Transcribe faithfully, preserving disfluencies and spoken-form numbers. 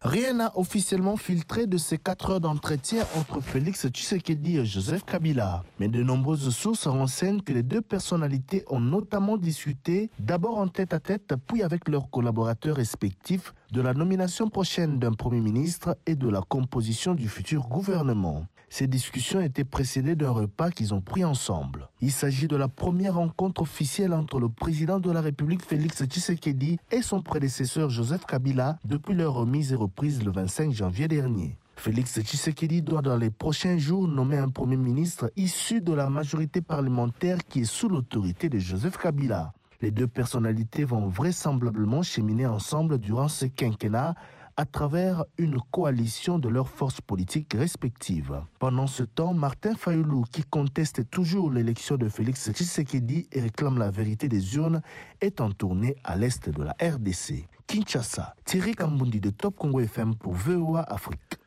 Rien n'a officiellement filtré de ces quatre heures d'entretien entre Félix Tshisekedi et Joseph Kabila. Mais de nombreuses sources renseignent que les deux personnalités ont notamment discuté, d'abord en tête-à-tête, puis avec leurs collaborateurs respectifs, de la nomination prochaine d'un Premier ministre et de la composition du futur gouvernement. Ces discussions étaient précédées d'un repas qu'ils ont pris ensemble. Il s'agit de la première rencontre officielle entre le président de la République Félix Tshisekedi et son prédécesseur Joseph Kabila depuis leur remise et reprise le vingt-cinq janvier dernier. Félix Tshisekedi doit dans les prochains jours nommer un Premier ministre issu de la majorité parlementaire qui est sous l'autorité de Joseph Kabila. Les deux personnalités vont vraisemblablement cheminer ensemble durant ce quinquennat à travers une coalition de leurs forces politiques respectives. Pendant ce temps, Martin Fayulu, qui conteste toujours l'élection de Félix Tshisekedi et réclame la vérité des urnes, est en tournée à l'est de la R D C. Kinshasa, Thierry Kambundi de Top Congo F M pour V O A Afrique.